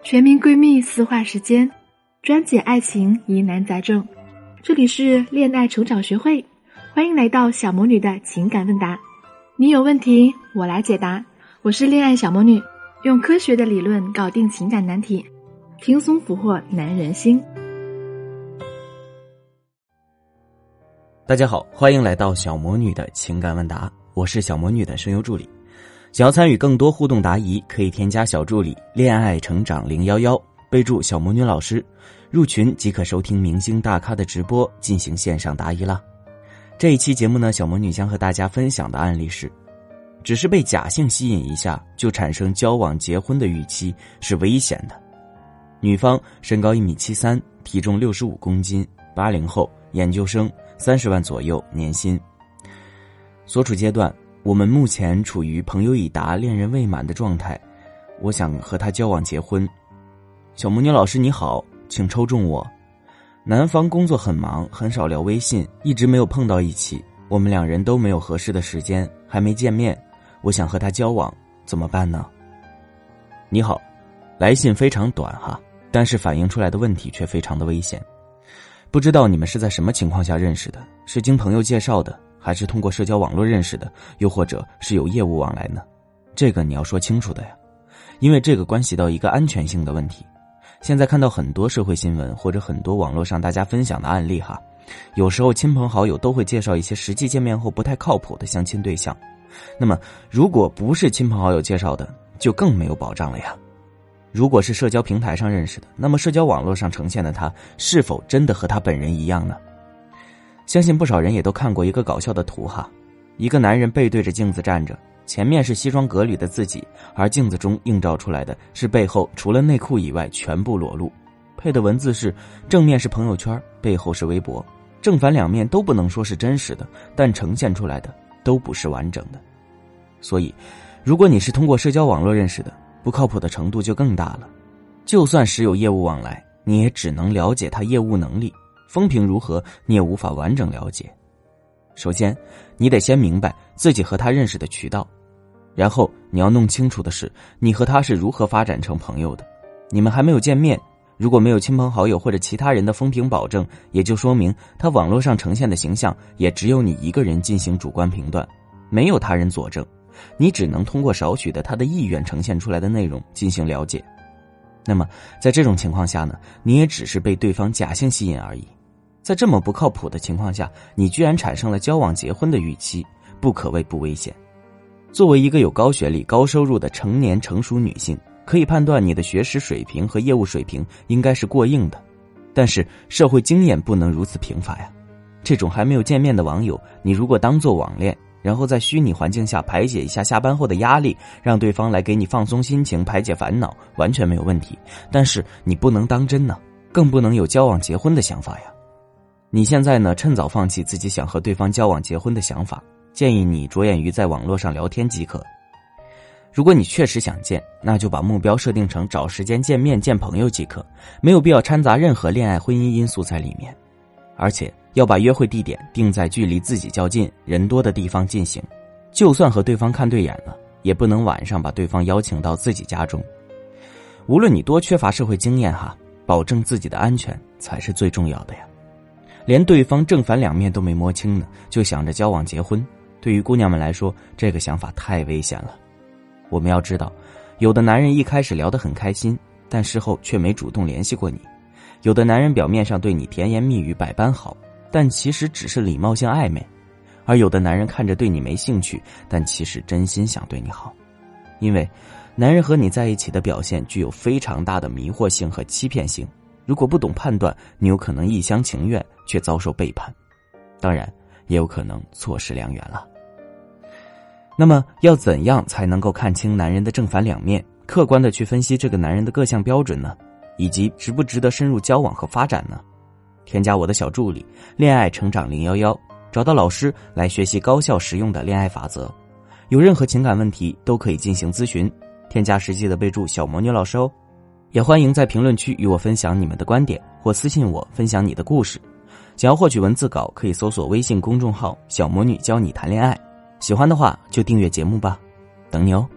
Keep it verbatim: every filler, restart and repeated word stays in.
全民闺蜜私话时间，专解爱情疑难杂症。这里是恋爱成长学会，欢迎来到小魔女的情感问答。你有问题，我来解答。我是恋爱小魔女，用科学的理论搞定情感难题，轻松俘获男人心。 大家好，欢迎来到小魔女的情感问答，我是小魔女的声优助理。想要参与更多互动答疑，可以添加小助理恋爱成长零一一，备注小魔女老师，入群即可收听明星大咖的直播，进行线上答疑啦。这一期节目呢，小魔女将和大家分享的案例是，只是被假性吸引一下就产生交往结婚的预期是危险的。女方身高一米七三，体重六十五公斤，八零后，研究生，三十万左右年薪。所处阶段，我们目前处于朋友已达恋人未满的状态，我想和他交往结婚。小魔女老师你好，请抽中我。男方工作很忙，很少聊微信，一直没有碰到一起，我们两人都没有合适的时间，还没见面，我想和他交往，怎么办呢？你好，来信非常短哈，但是反映出来的问题却非常的危险。不知道你们是在什么情况下认识的，是经朋友介绍的，还是通过社交网络认识的，又或者是有业务往来呢？这个你要说清楚的呀，因为这个关系到一个安全性的问题。现在看到很多社会新闻或者很多网络上大家分享的案例哈，有时候亲朋好友都会介绍一些实际见面后不太靠谱的相亲对象。那么如果不是亲朋好友介绍的，就更没有保障了呀。如果是社交平台上认识的，那么社交网络上呈现的他是否真的和他本人一样呢？相信不少人也都看过一个搞笑的图哈，一个男人背对着镜子站着，前面是西装革履的自己，而镜子中映照出来的是背后除了内裤以外全部裸露，配的文字是正面是朋友圈，背后是微博，正反两面都不能说是真实的，但呈现出来的都不是完整的。所以如果你是通过社交网络认识的，不靠谱的程度就更大了。就算时有业务往来，你也只能了解他业务能力，风评如何你也无法完整了解。首先你得先明白自己和他认识的渠道，然后你要弄清楚的是你和他是如何发展成朋友的。你们还没有见面，如果没有亲朋好友或者其他人的风评保证，也就说明他网络上呈现的形象也只有你一个人进行主观评断，没有他人佐证，你只能通过少许的他的意愿呈现出来的内容进行了解。那么在这种情况下呢，你也只是被对方假性吸引而已。在这么不靠谱的情况下，你居然产生了交往结婚的预期，不可谓不危险。作为一个有高学历高收入的成年成熟女性，可以判断你的学识水平和业务水平应该是过硬的，但是社会经验不能如此贫乏呀。这种还没有见面的网友，你如果当作网恋，然后在虚拟环境下排解一下下班后的压力，让对方来给你放松心情排解烦恼，完全没有问题。但是你不能当真呢，更不能有交往结婚的想法呀。你现在呢，趁早放弃自己想和对方交往结婚的想法，建议你着眼于在网络上聊天即可。如果你确实想见，那就把目标设定成找时间见面见朋友即可，没有必要掺杂任何恋爱婚姻因素在里面。而且要把约会地点定在距离自己较近人多的地方进行，就算和对方看对眼了，也不能晚上把对方邀请到自己家中。无论你多缺乏社会经验哈，保证自己的安全才是最重要的呀。连对方正反两面都没摸清呢，就想着交往结婚，对于姑娘们来说，这个想法太危险了。我们要知道，有的男人一开始聊得很开心，但事后却没主动联系过你；有的男人表面上对你甜言蜜语百般好，但其实只是礼貌性暧昧；而有的男人看着对你没兴趣，但其实真心想对你好。因为男人和你在一起的表现具有非常大的迷惑性和欺骗性，如果不懂判断，你有可能一厢情愿却遭受背叛，当然也有可能错失良缘了。那么要怎样才能够看清男人的正反两面，客观地去分析这个男人的各项标准呢？以及值不值得深入交往和发展呢？添加我的小助理恋爱成长零一一，找到老师来学习高效实用的恋爱法则。有任何情感问题都可以进行咨询，添加实际的备注小魔女老师哦。也欢迎在评论区与我分享你们的观点，或私信我分享你的故事。想要获取文字稿，可以搜索微信公众号小魔女教你谈恋爱。喜欢的话就订阅节目吧，等你哦。